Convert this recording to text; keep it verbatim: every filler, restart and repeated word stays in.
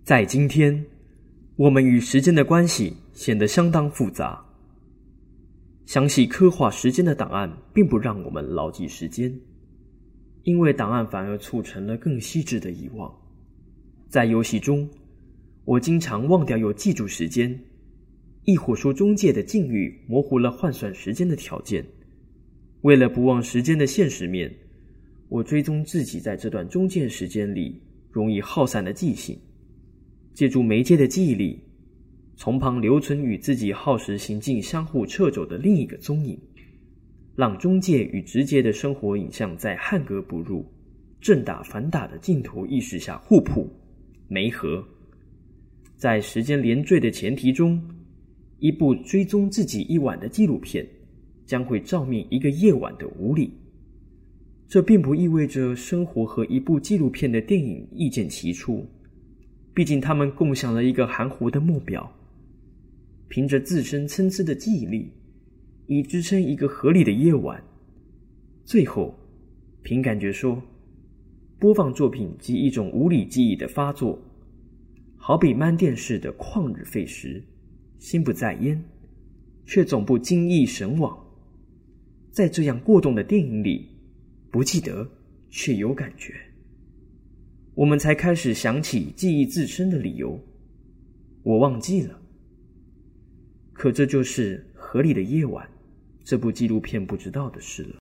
在今天，我们与时间的关系显得相当复杂。详细刻画时间的档案并不让我们牢记时间，因为档案反而促成了更细致的遗忘。在游戏中，我经常忘掉有记住时间，亦或说中介的境遇模糊了换算时间的条件。为了不忘时间的现实面，我追踪自己在这段中间时间里容易耗散的记性，借助媒介的记忆力，从旁留存与自己耗时行径相互掣肘的另一个踪影，让中介与直接的生活影像在汉格不入、正打反打的镜头意识下互补、媒合。在时间连缀的前提中，一部追踪自己一晚的纪录片将会照明一个夜晚的无理。这并不意味着生活和一部纪录片的电影意见齐处，毕竟他们共享了一个含糊的目标，凭着自身参差的记忆力以支撑一个合理的夜晚。最后凭感觉说，播放作品及一种无理记忆的发作，好比慢电视的旷日费时，心不在焉，却总不精益神往。在这样过动的电影里，不记得却有感觉，我们才开始想起记忆自身的理由。我忘记了，可这就是《合理的夜晚》这部纪录片不知道的事了。